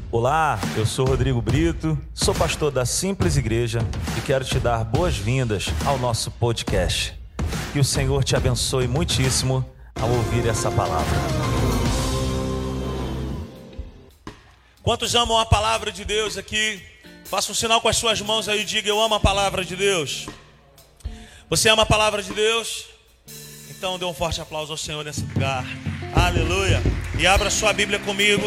Olá, eu sou Rodrigo Brito, sou pastor da Simples Igreja e quero te dar boas-vindas ao nosso podcast. Que o Senhor te abençoe muitíssimo ao ouvir essa palavra. Quantos amam a palavra de Deus aqui? Faça um sinal com as suas mãos aí e diga: eu amo a palavra de Deus. Você ama a palavra de Deus? Então dê um forte aplauso ao Senhor nesse lugar. Aleluia. E abra sua Bíblia comigo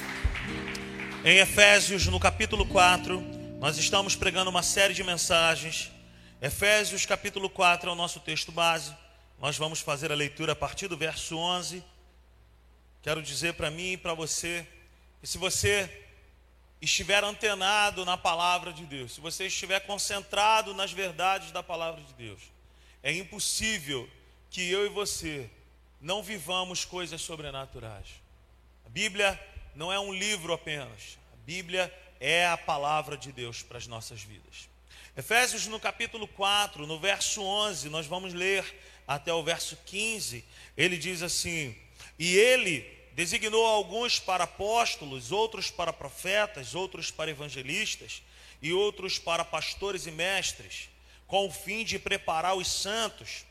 em Efésios, no capítulo 4. Nós estamos pregando uma série de mensagens. Efésios capítulo 4 é o nosso texto base. Nós vamos fazer a leitura a partir do verso 11. Quero dizer para mim e para você que se você estiver antenado na palavra de Deus, se você estiver concentrado nas verdades da palavra de Deus, é impossível que eu e você não vivamos coisas sobrenaturais. A Bíblia não é um livro apenas. A Bíblia é a palavra de Deus para as nossas vidas. Efésios no capítulo 4, no verso 11, nós vamos ler até o verso 15. Ele diz assim: e ele designou alguns para apóstolos, outros para profetas, outros para evangelistas e outros para pastores e mestres, com o fim de preparar os santos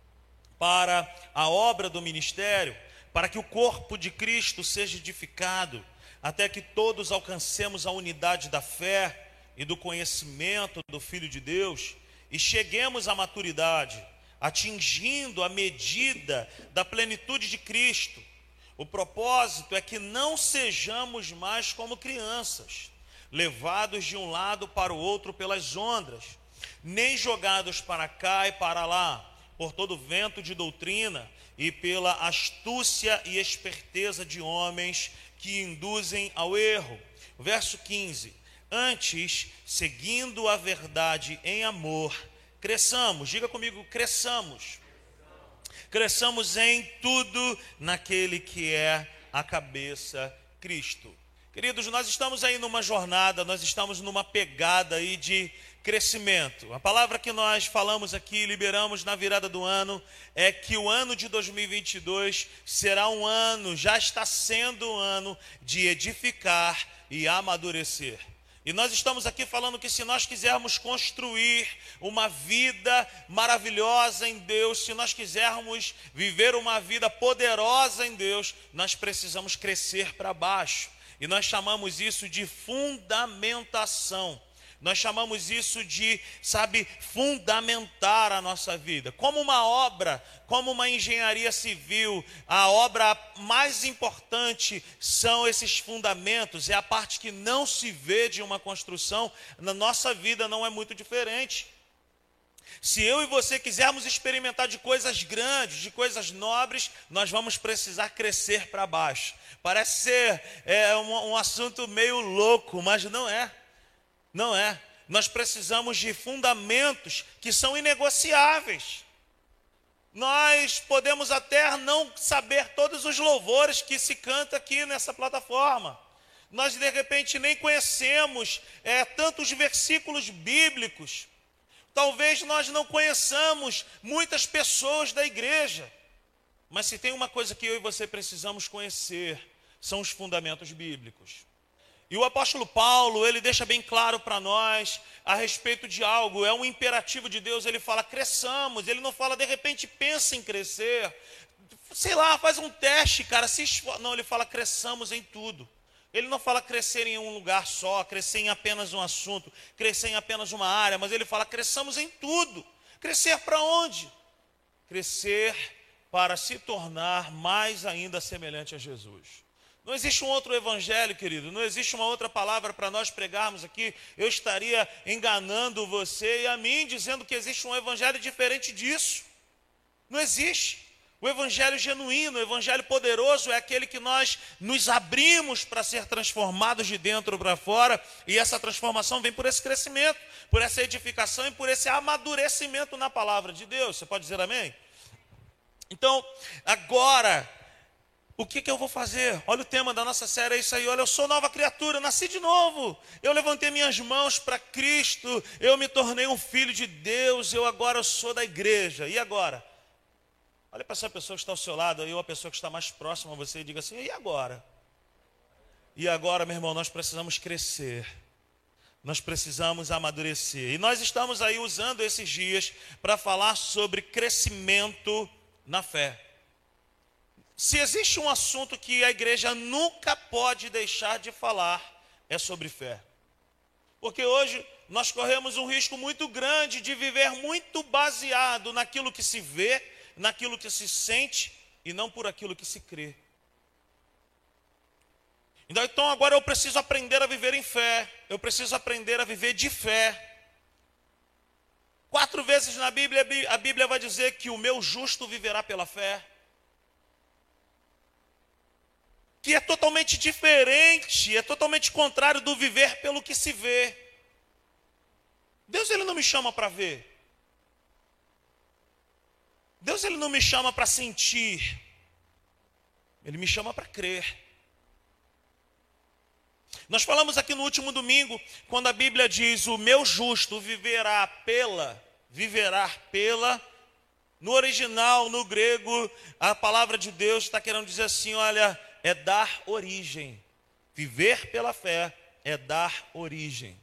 para a obra do ministério, para que o corpo de Cristo seja edificado, até que todos alcancemos a unidade da fé e do conhecimento do Filho de Deus e cheguemos à maturidade, atingindo a medida da plenitude de Cristo. O propósito é que não sejamos mais como crianças, levados de um lado para o outro pelas ondas, nem jogados para cá e para lá, por todo vento de doutrina e pela astúcia e esperteza de homens que induzem ao erro. Verso 15: antes, seguindo a verdade em amor, cresçamos. Diga comigo: cresçamos. Cresçamos em tudo naquele que é a cabeça, Cristo. Queridos, nós estamos aí numa jornada, nós estamos numa pegada aí de crescimento. A palavra que nós falamos aqui, liberamos na virada do ano, é que o ano de 2022 será um ano, já está sendo um ano de edificar e amadurecer. E nós estamos aqui falando que se nós quisermos construir uma vida maravilhosa em Deus, se nós quisermos viver uma vida poderosa em Deus, nós precisamos crescer para baixo. E nós chamamos isso de fundamentação. Nós chamamos isso de, fundamentar a nossa vida. Como uma obra, como uma engenharia civil, a obra mais importante são esses fundamentos. É a parte que não se vê de uma construção. Na nossa vida não é muito diferente. Se eu e você quisermos experimentar de coisas grandes, de coisas nobres, nós vamos precisar crescer para baixo. Parece ser um assunto meio louco, mas não é. Não é. Nós precisamos de fundamentos que são inegociáveis. Nós podemos até não saber todos os louvores que se canta aqui nessa plataforma. Nós de repente nem conhecemos tantos versículos bíblicos. Talvez nós não conheçamos muitas pessoas da igreja. Mas se tem uma coisa que eu e você precisamos conhecer, são os fundamentos bíblicos. E o apóstolo Paulo, ele deixa bem claro para nós a respeito de algo, é um imperativo de Deus. Ele fala: cresçamos. Ele não fala, de repente, pensa em crescer, sei lá, faz um teste, cara, não, ele fala: cresçamos em tudo. Ele não fala crescer em um lugar só, crescer em apenas um assunto, crescer em apenas uma área, mas ele fala: cresçamos em tudo. Crescer para onde? Crescer para se tornar mais ainda semelhante a Jesus. Não existe um outro evangelho, querido, não existe uma outra palavra para nós pregarmos aqui. Eu estaria enganando você e a mim, dizendo que existe um evangelho diferente disso. Não existe. O evangelho genuíno, o evangelho poderoso é aquele que nós nos abrimos para ser transformados de dentro para fora, e essa transformação vem por esse crescimento, por essa edificação e por esse amadurecimento na palavra de Deus. Você pode dizer amém? Então, agora, o que eu vou fazer? Olha o tema da nossa série, é isso aí. Olha, eu sou nova criatura, nasci de novo. Eu levantei minhas mãos para Cristo. Eu me tornei um filho de Deus. Eu sou da igreja. E agora? Olha para essa pessoa que está ao seu lado aí, ou a pessoa que está mais próxima a você, e diga assim: e agora? e agora, meu irmão, nós precisamos crescer. Nós precisamos amadurecer. E nós estamos aí usando esses dias para falar sobre crescimento na fé. Se existe um assunto que a igreja nunca pode deixar de falar, é sobre fé. Porque hoje nós corremos um risco muito grande de viver muito baseado naquilo que se vê, naquilo que se sente e não por aquilo que se crê. Então agora eu preciso aprender a viver em fé. Eu preciso aprender a viver de fé. 4 vezes na Bíblia, a Bíblia vai dizer que o meu justo viverá pela fé. Que é totalmente diferente, é totalmente contrário do viver pelo que se vê. Deus, ele não me chama para ver. Deus, ele não me chama para sentir. Ele me chama para crer. Nós falamos aqui no último domingo, quando a Bíblia diz, o meu justo viverá pela, no original, no grego, a palavra de Deus está querendo dizer assim, olha, é dar origem. Viver pela fé é dar origem.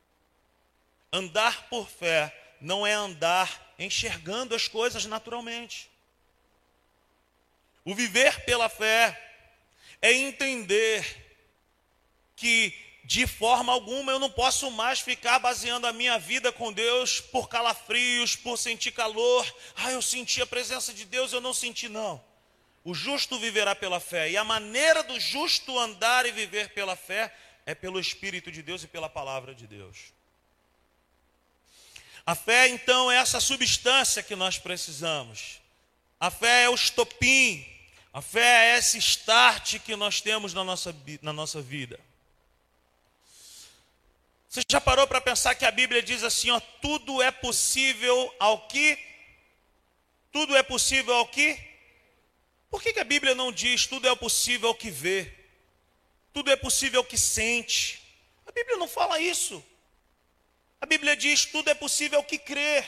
Andar por fé não é andar enxergando as coisas naturalmente. O viver pela fé é entender que de forma alguma eu não posso mais ficar baseando a minha vida com Deus por calafrios, por sentir calor. Eu senti a presença de Deus, eu não senti, não. O justo viverá pela fé. E a maneira do justo andar e viver pela fé é pelo Espírito de Deus e pela palavra de Deus. A fé, então, é essa substância que nós precisamos. A fé é o estopim. A fé é esse start que nós temos na nossa vida. Você já parou para pensar que a Bíblia diz assim, ó, tudo é possível ao que? Tudo é possível ao que? Por que a Bíblia não diz tudo é possível ao que vê? Tudo é possível ao que sente? A Bíblia não fala isso. A Bíblia diz tudo é possível ao que crê.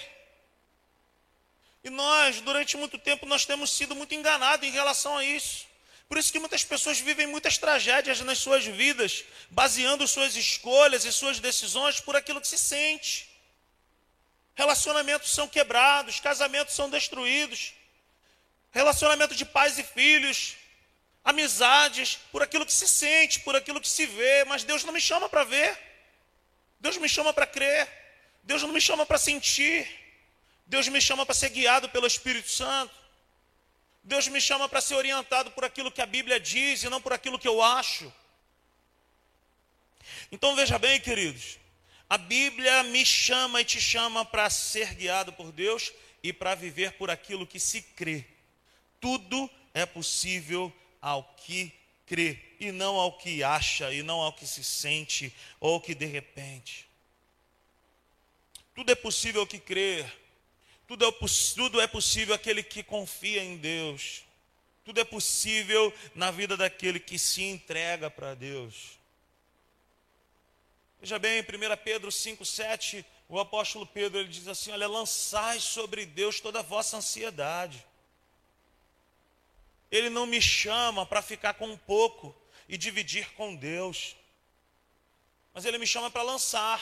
E nós, durante muito tempo, nós temos sido muito enganados em relação a isso. Por isso que muitas pessoas vivem muitas tragédias nas suas vidas, baseando suas escolhas e suas decisões por aquilo que se sente. Relacionamentos são quebrados, casamentos são destruídos, relacionamento de pais e filhos, amizades, por aquilo que se sente, por aquilo que se vê. Mas Deus não me chama para ver, Deus me chama para crer, Deus não me chama para sentir, Deus me chama para ser guiado pelo Espírito Santo. Deus me chama para ser orientado por aquilo que a Bíblia diz e não por aquilo que eu acho. Então veja bem, queridos, a Bíblia me chama e te chama para ser guiado por Deus e para viver por aquilo que se crê. Tudo é possível ao que crê e não ao que acha e não ao que se sente ou ao que de repente. Tudo é possível ao que crê. Tudo é possível àquele que confia em Deus. Tudo é possível na vida daquele que se entrega para Deus. Veja bem, 1 Pedro 5,7, o apóstolo Pedro ele diz assim, olha, lançai sobre Deus toda a vossa ansiedade. Ele não me chama para ficar com um pouco e dividir com Deus. Mas ele me chama para lançar.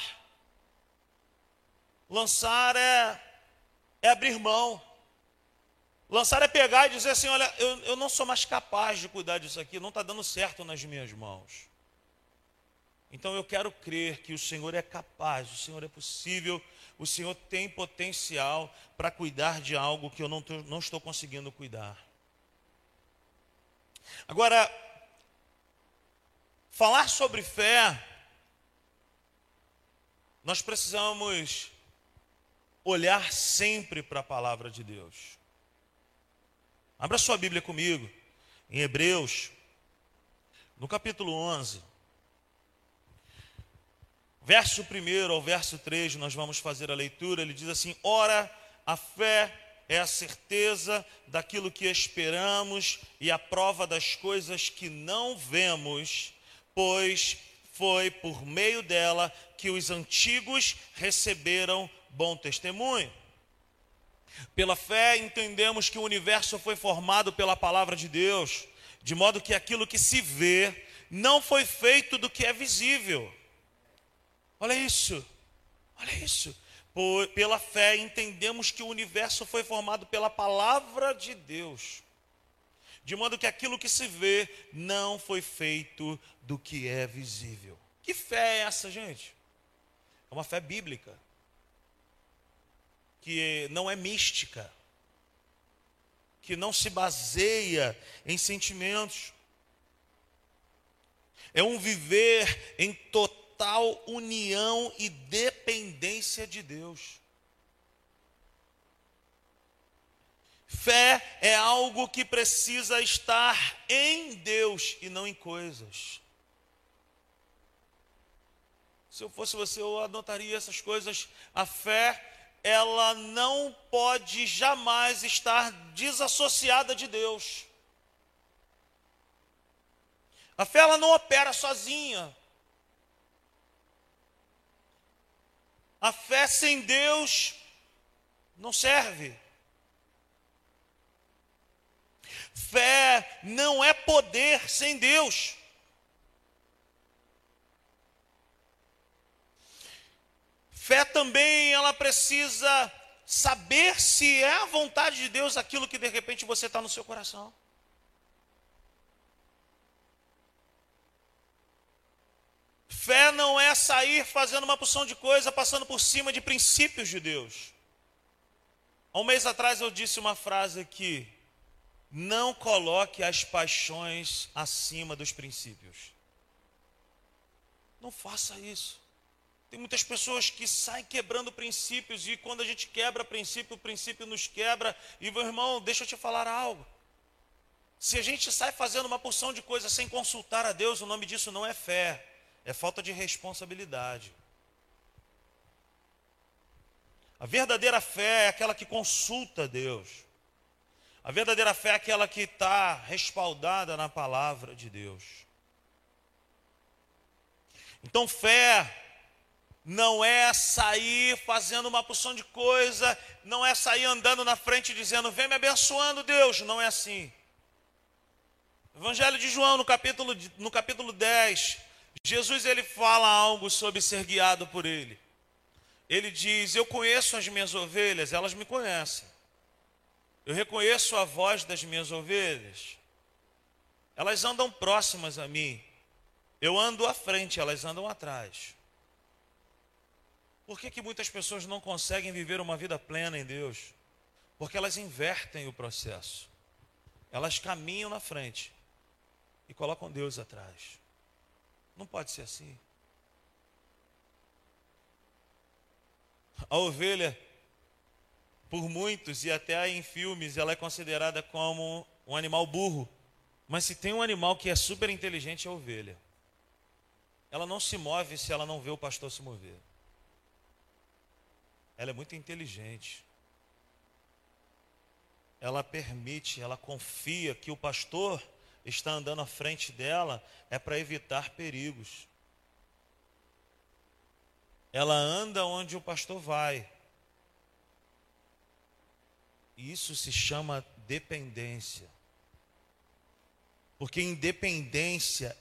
Lançar é abrir mão. Lançar é pegar e dizer assim, olha, eu não sou mais capaz de cuidar disso aqui, não está dando certo nas minhas mãos. Então eu quero crer que o Senhor é capaz, o Senhor é possível, o Senhor tem potencial para cuidar de algo que eu não estou conseguindo cuidar. Agora, falar sobre fé, nós precisamos olhar sempre para a palavra de Deus. Abra sua Bíblia comigo, em Hebreus, no capítulo 11, verso 1 ao verso 3, nós vamos fazer a leitura. Ele diz assim, ora, a fé é a certeza daquilo que esperamos e a prova das coisas que não vemos, pois foi por meio dela que os antigos receberam bom testemunho. Pela fé entendemos que o universo foi formado pela palavra de Deus, de modo que aquilo que se vê não foi feito do que é visível. Olha isso, olha isso. Pela fé entendemos que o universo foi formado pela palavra de Deus, de modo que aquilo que se vê não foi feito do que é visível. Que fé é essa, gente? É uma fé bíblica, que não é mística, que não se baseia em sentimentos. É um viver em total união e dependência de Deus. Fé é algo que precisa estar em Deus e não em coisas. Se eu fosse você, eu anotaria essas coisas. A fé, ela não pode jamais estar desassociada de Deus. A fé, ela não opera sozinha. A fé sem Deus não serve. Fé não é poder sem Deus. Fé também, ela precisa saber se é a vontade de Deus aquilo que de repente você está no seu coração. Fé não é sair fazendo uma porção de coisa, passando por cima de princípios de Deus. Há um mês atrás eu disse uma frase aqui: não coloque as paixões acima dos princípios. Não faça isso. Tem muitas pessoas que saem quebrando princípios, e quando a gente quebra princípio, o princípio nos quebra. E meu irmão, deixa eu te falar algo. Se a gente sai fazendo uma porção de coisas sem consultar a Deus, o nome disso não é fé, é falta de responsabilidade. A verdadeira fé é aquela que consulta a Deus. A verdadeira fé é aquela que está respaldada na palavra de Deus. Então fé não é sair fazendo uma porção de coisa, não é sair andando na frente dizendo, vem me abençoando, Deus. Não é assim. Evangelho de João, no capítulo 10, Jesus ele fala algo sobre ser guiado por ele. Ele diz, eu conheço as minhas ovelhas, elas me conhecem. Eu reconheço a voz das minhas ovelhas. Elas andam próximas a mim. Eu ando à frente, elas andam atrás. Por que muitas pessoas não conseguem viver uma vida plena em Deus? Porque elas invertem o processo. Elas caminham na frente e colocam Deus atrás. Não pode ser assim. A ovelha, por muitos e até em filmes, ela é considerada como um animal burro. Mas se tem um animal que é super inteligente, é a ovelha. Ela não se move se ela não vê o pastor se mover. Ela é muito inteligente. Ela permite, ela confia que o pastor está andando à frente dela é para evitar perigos. Ela anda onde o pastor vai. E isso se chama dependência. Porque independência,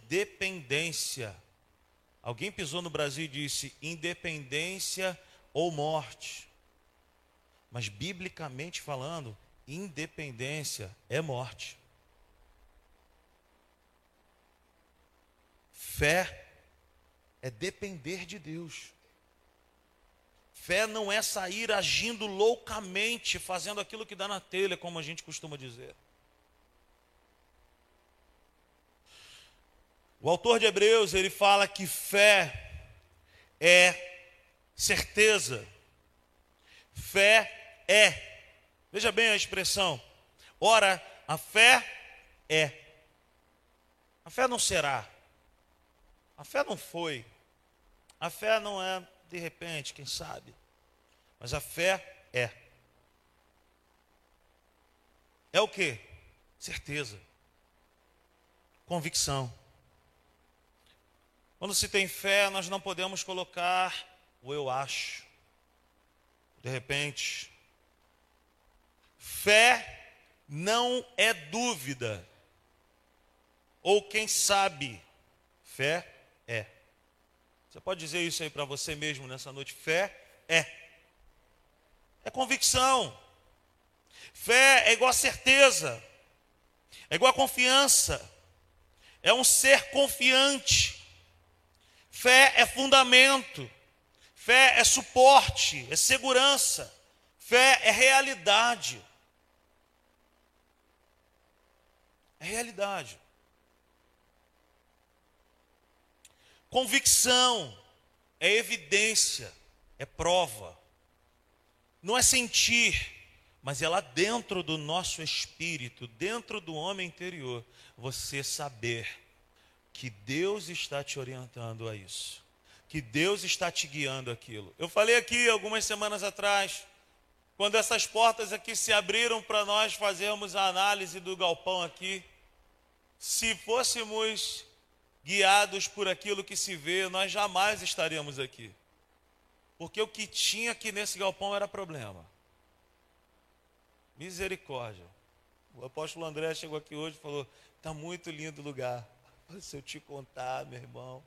alguém pisou no Brasil e disse independência ou morte. Mas biblicamente falando, independência é morte. Fé é depender de Deus. Fé não é sair agindo loucamente, fazendo aquilo que dá na telha, como a gente costuma dizer. O autor de Hebreus, ele fala que fé é certeza. Fé é. Veja bem a expressão. Ora, a fé é. A fé não será. A fé não foi. A fé não é de repente, quem sabe. Mas a fé é. É o quê? Certeza. Convicção. Quando se tem fé, nós não podemos colocar o eu acho. De repente. Fé não é dúvida. ou quem sabe. Fé é. Você pode dizer isso aí para você mesmo nessa noite? Fé é. É convicção. Fé é igual a certeza. É igual a confiança. É um ser confiante. Fé é fundamento. Fé é suporte, é segurança. Fé é realidade. É realidade. Convicção é evidência, é prova. Não é sentir, mas é lá dentro do nosso espírito, dentro do homem interior, você saber que Deus está te orientando a isso. Que Deus está te guiando aquilo. Eu falei aqui algumas semanas atrás, quando essas portas aqui se abriram para nós fazermos a análise do galpão aqui, se fôssemos guiados por aquilo que se vê, nós jamais estaríamos aqui. Porque o que tinha aqui nesse galpão era problema. Misericórdia. O apóstolo André chegou aqui hoje e falou, está muito lindo o lugar. Se eu te contar, meu irmão,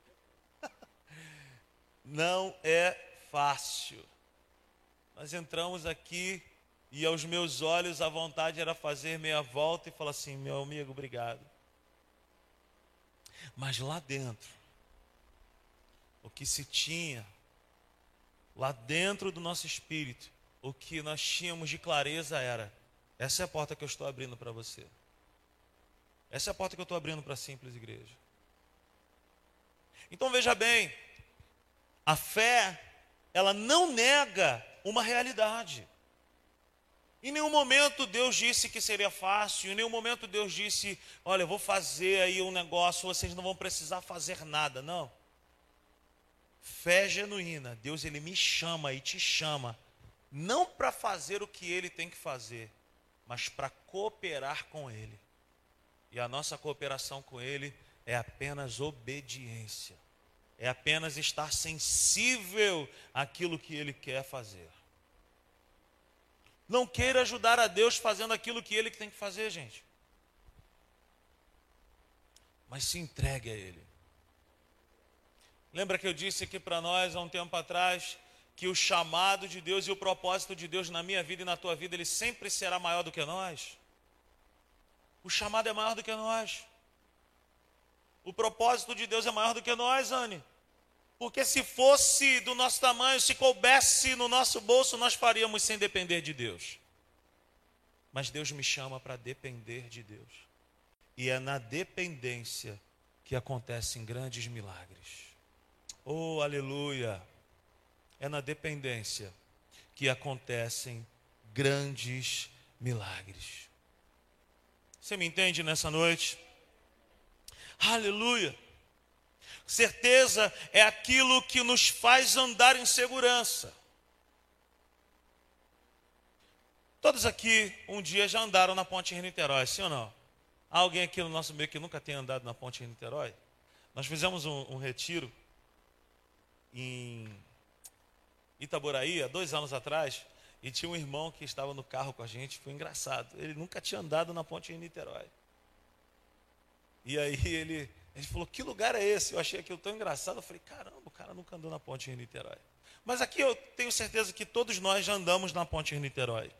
não é fácil. Nós entramos aqui e aos meus olhos a vontade era fazer meia volta e falar assim, meu amigo, obrigado. Mas lá dentro, o que se tinha, lá dentro do nosso espírito, o que nós tínhamos de clareza era, essa é a porta que eu estou abrindo para você. Essa é a porta que eu estou abrindo para a simples igreja. Então veja bem, a fé, ela não nega uma realidade. Em nenhum momento Deus disse que seria fácil, em nenhum momento Deus disse, olha, eu vou fazer aí um negócio, vocês não vão precisar fazer nada, não. Fé genuína, Deus ele me chama e te chama, não para fazer o que ele tem que fazer, mas para cooperar com ele. E a nossa cooperação com ele é apenas obediência. É apenas estar sensível àquilo que ele quer fazer. Não queira ajudar a Deus fazendo aquilo que ele tem que fazer, gente. Mas se entregue a ele. Lembra que eu disse aqui para nós há um tempo atrás que o chamado de Deus e o propósito de Deus na minha vida e na tua vida, ele sempre será maior do que nós? O chamado é maior do que nós. O propósito de Deus é maior do que nós, Anne. Porque se fosse do nosso tamanho, se coubesse no nosso bolso, nós faríamos sem depender de Deus. Mas Deus me chama para depender de Deus. E é na dependência que acontecem grandes milagres. Oh, aleluia! É na dependência que acontecem grandes milagres. Você me entende nessa noite? Aleluia! Certeza é aquilo que nos faz andar em segurança. Todos aqui um dia já andaram na Ponte Rio-Niterói, sim ou não? Há alguém aqui no nosso meio que nunca tenha andado na Ponte Rio-Niterói? Nós fizemos um retiro em Itaboraí, há 2 anos atrás, e tinha um irmão que estava no carro com a gente, foi engraçado. Ele nunca tinha andado na Ponte Rio-Niterói. E aí ele falou, que lugar é esse? Eu achei aquilo tão engraçado. Eu falei, caramba, o cara nunca andou na Ponte Rio-Niterói. Mas aqui eu tenho certeza que todos nós já andamos na Ponte Rio-Niterói.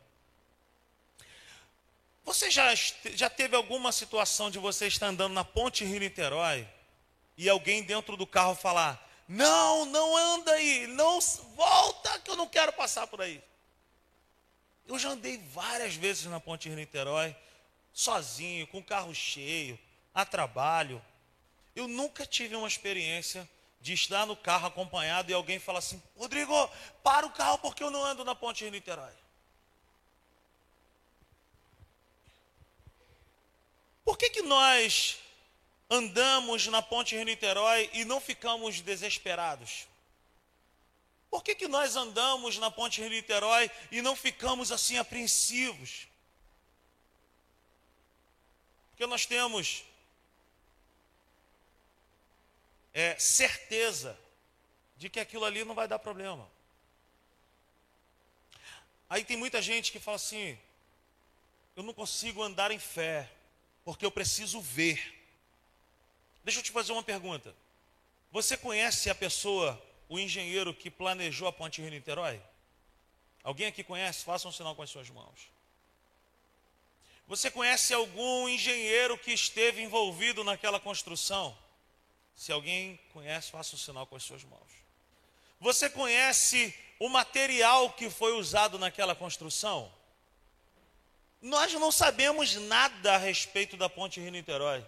Você já teve alguma situação de você estar andando na Ponte Rio-Niterói e alguém dentro do carro falar, não anda aí, não volta que eu não quero passar por aí. Eu já andei várias vezes na Ponte Rio-Niterói, sozinho, com o carro cheio, a trabalho. Eu nunca tive uma experiência de estar no carro acompanhado e alguém falar assim, Rodrigo, para o carro porque eu não ando na Ponte Rio-Niterói. Por que nós andamos na Ponte Rio-Niterói e não ficamos desesperados? Por que nós andamos na Ponte Rio-Niterói e não ficamos assim apreensivos? Porque nós temos certeza de que aquilo ali não vai dar problema. Aí tem muita gente que fala assim, eu não consigo andar em fé, porque eu preciso ver. Deixa eu te fazer uma pergunta. Você conhece a pessoa, o engenheiro que planejou a Ponte Rio-Niterói? Alguém aqui conhece? Faça um sinal com as suas mãos. Você conhece algum engenheiro que esteve envolvido naquela construção? Se alguém conhece, faça um sinal com as suas mãos. Você conhece o material que foi usado naquela construção? Nós não sabemos nada a respeito da Ponte Rio-Niterói.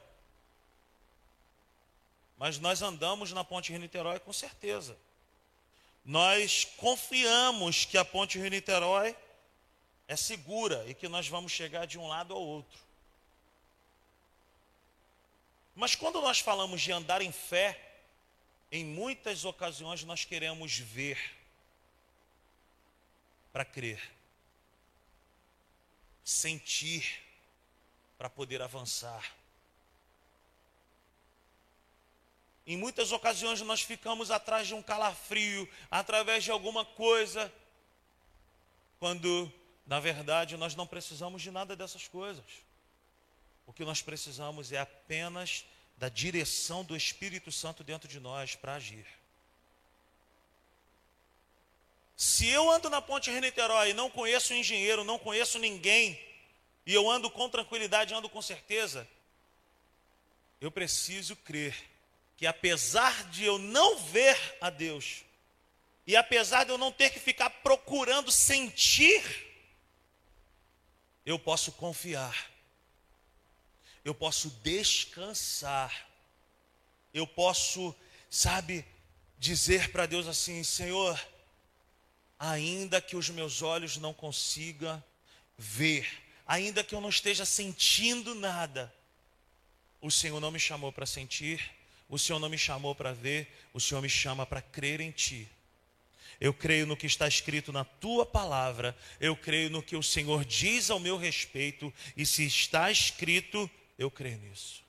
Mas nós andamos na Ponte Rio-Niterói com certeza. Nós confiamos que a Ponte Rio-Niterói é segura e que nós vamos chegar de um lado ao outro. Mas quando nós falamos de andar em fé, em muitas ocasiões nós queremos ver para crer, sentir para poder avançar. Em muitas ocasiões nós ficamos atrás de um calafrio, através de alguma coisa, quando, na verdade, nós não precisamos de nada dessas coisas. O que nós precisamos é apenas da direção do Espírito Santo dentro de nós para agir. Se eu ando na Ponte Rio-Niterói e não conheço um engenheiro, não conheço ninguém, e eu ando com tranquilidade, ando com certeza, eu preciso crer que apesar de eu não ver a Deus, e apesar de eu não ter que ficar procurando sentir, eu posso confiar, eu posso descansar, eu posso, dizer para Deus assim: Senhor, ainda que os meus olhos não consigam ver, ainda que eu não esteja sentindo nada, o Senhor não me chamou para sentir, o Senhor não me chamou para ver, o Senhor me chama para crer em Ti. Eu creio no que está escrito na Tua palavra, eu creio no que o Senhor diz ao meu respeito, e se está escrito, eu creio nisso.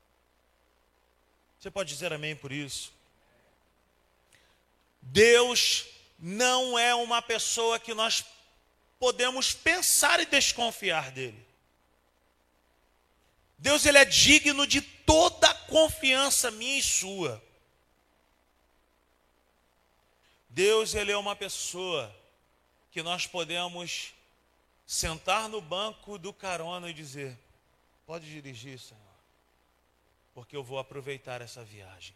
Você pode dizer amém por isso? Deus não é uma pessoa que nós podemos pensar e desconfiar dele. Deus, ele é digno de toda a confiança minha e sua. Deus, ele é uma pessoa que nós podemos sentar no banco do carona e dizer: pode dirigir, Senhor, porque eu vou aproveitar essa viagem.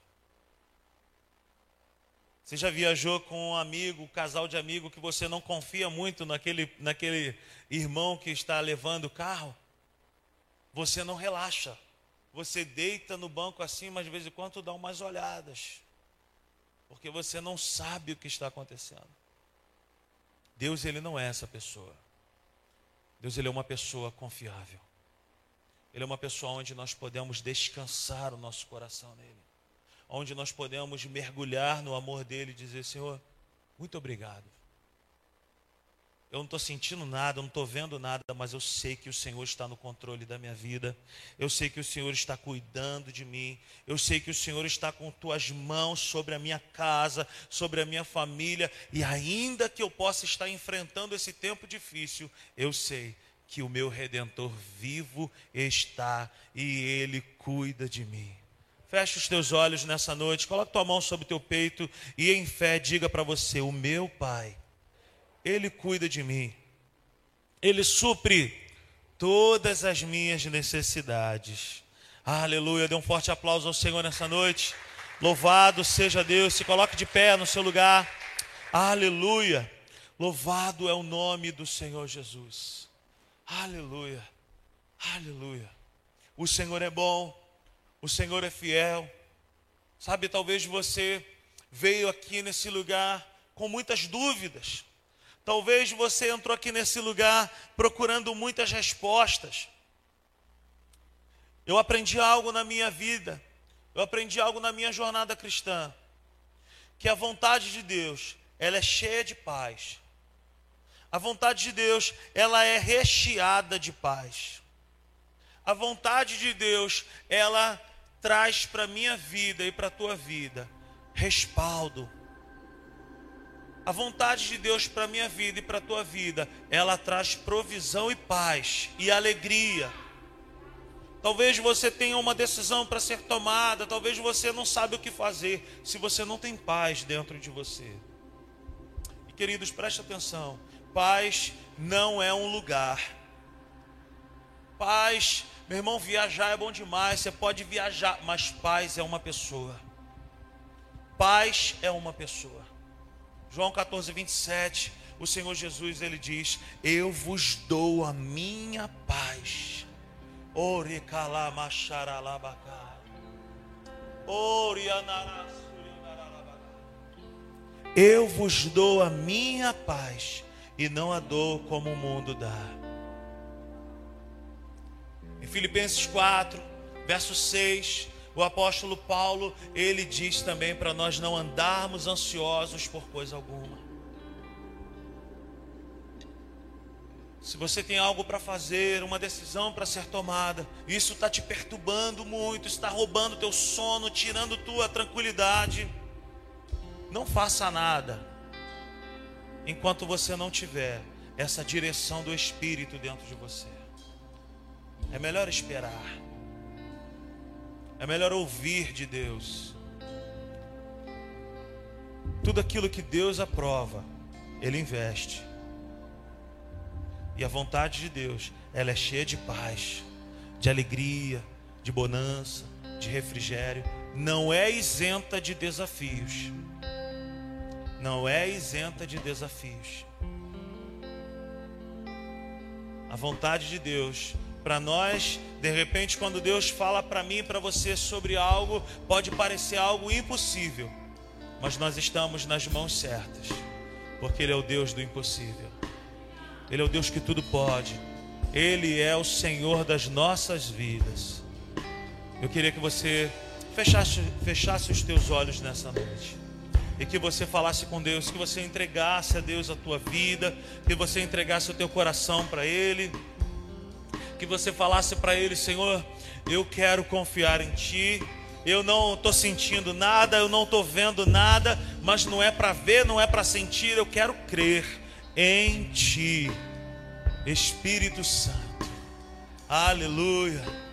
Você já viajou com um amigo, um casal de amigo que você não confia muito naquele irmão que está levando o carro? Você não relaxa. Você deita no banco assim, mas de vez em quando dá umas olhadas, porque você não sabe o que está acontecendo. Deus, ele não é essa pessoa. Deus, ele é uma pessoa confiável. Ele é uma pessoa onde nós podemos descansar o nosso coração nele, onde nós podemos mergulhar no amor dele e dizer: Senhor, muito obrigado. Eu não estou sentindo nada, eu não estou vendo nada, mas eu sei que o Senhor está no controle da minha vida. Eu sei que o Senhor está cuidando de mim. Eu sei que o Senhor está com tuas mãos sobre a minha casa, sobre a minha família. E ainda que eu possa estar enfrentando esse tempo difícil, eu sei que o meu Redentor vivo está e Ele cuida de mim. Feche os teus olhos nessa noite, coloca tua mão sobre o teu peito e em fé diga para você: o meu Pai, Ele cuida de mim, Ele supre todas as minhas necessidades. Aleluia, dê um forte aplauso ao Senhor nessa noite. Louvado seja Deus, se coloque de pé no seu lugar. Aleluia, louvado é o nome do Senhor Jesus. Aleluia, aleluia. O Senhor é bom, o Senhor é fiel. Talvez você veio aqui nesse lugar com muitas dúvidas. Talvez você entrou aqui nesse lugar procurando muitas respostas. Eu aprendi algo na minha vida, eu aprendi algo na minha jornada cristã, que a vontade de Deus, ela é cheia de paz. A vontade de Deus, ela é recheada de paz. A vontade de Deus, ela traz para a minha vida e para a tua vida respaldo. A vontade de Deus para a minha vida e para a tua vida, ela traz provisão e paz e alegria. Talvez você tenha uma decisão para ser tomada, talvez você não sabe o que fazer, se você não tem paz dentro de você. E queridos, preste atenção, paz não é um lugar. Paz, meu irmão, viajar é bom demais, você pode viajar, mas paz é uma pessoa. Paz é uma pessoa. João 14, 27, o Senhor Jesus, ele diz: eu vos dou a minha paz. Eu vos dou a minha paz e não a dou como o mundo dá. Em Filipenses 4, verso 6, o apóstolo Paulo, ele diz também para nós não andarmos ansiosos por coisa alguma. Se você tem algo para fazer, uma decisão para ser tomada, isso está te perturbando muito, está roubando teu sono, tirando tua tranquilidade, não faça nada enquanto você não tiver essa direção do Espírito dentro de você. É melhor esperar, é melhor ouvir de Deus. Tudo aquilo que Deus aprova, Ele investe. E a vontade de Deus, ela é cheia de paz, de alegria, de bonança, de refrigério. Não é isenta de desafios. Não é isenta de desafios. A vontade de Deus, para nós, de repente, quando Deus fala para mim e para você sobre algo, pode parecer algo impossível. Mas nós estamos nas mãos certas, porque Ele é o Deus do impossível. Ele é o Deus que tudo pode. Ele é o Senhor das nossas vidas. Eu queria que você fechasse os teus olhos nessa noite. E que você falasse com Deus, que você entregasse a Deus a tua vida, que você entregasse o teu coração para Ele. Que você falasse para Ele: Senhor, eu quero confiar em Ti. Eu não estou sentindo nada, eu não estou vendo nada, mas não é para ver, não é para sentir, eu quero crer em Ti, Espírito Santo. Aleluia.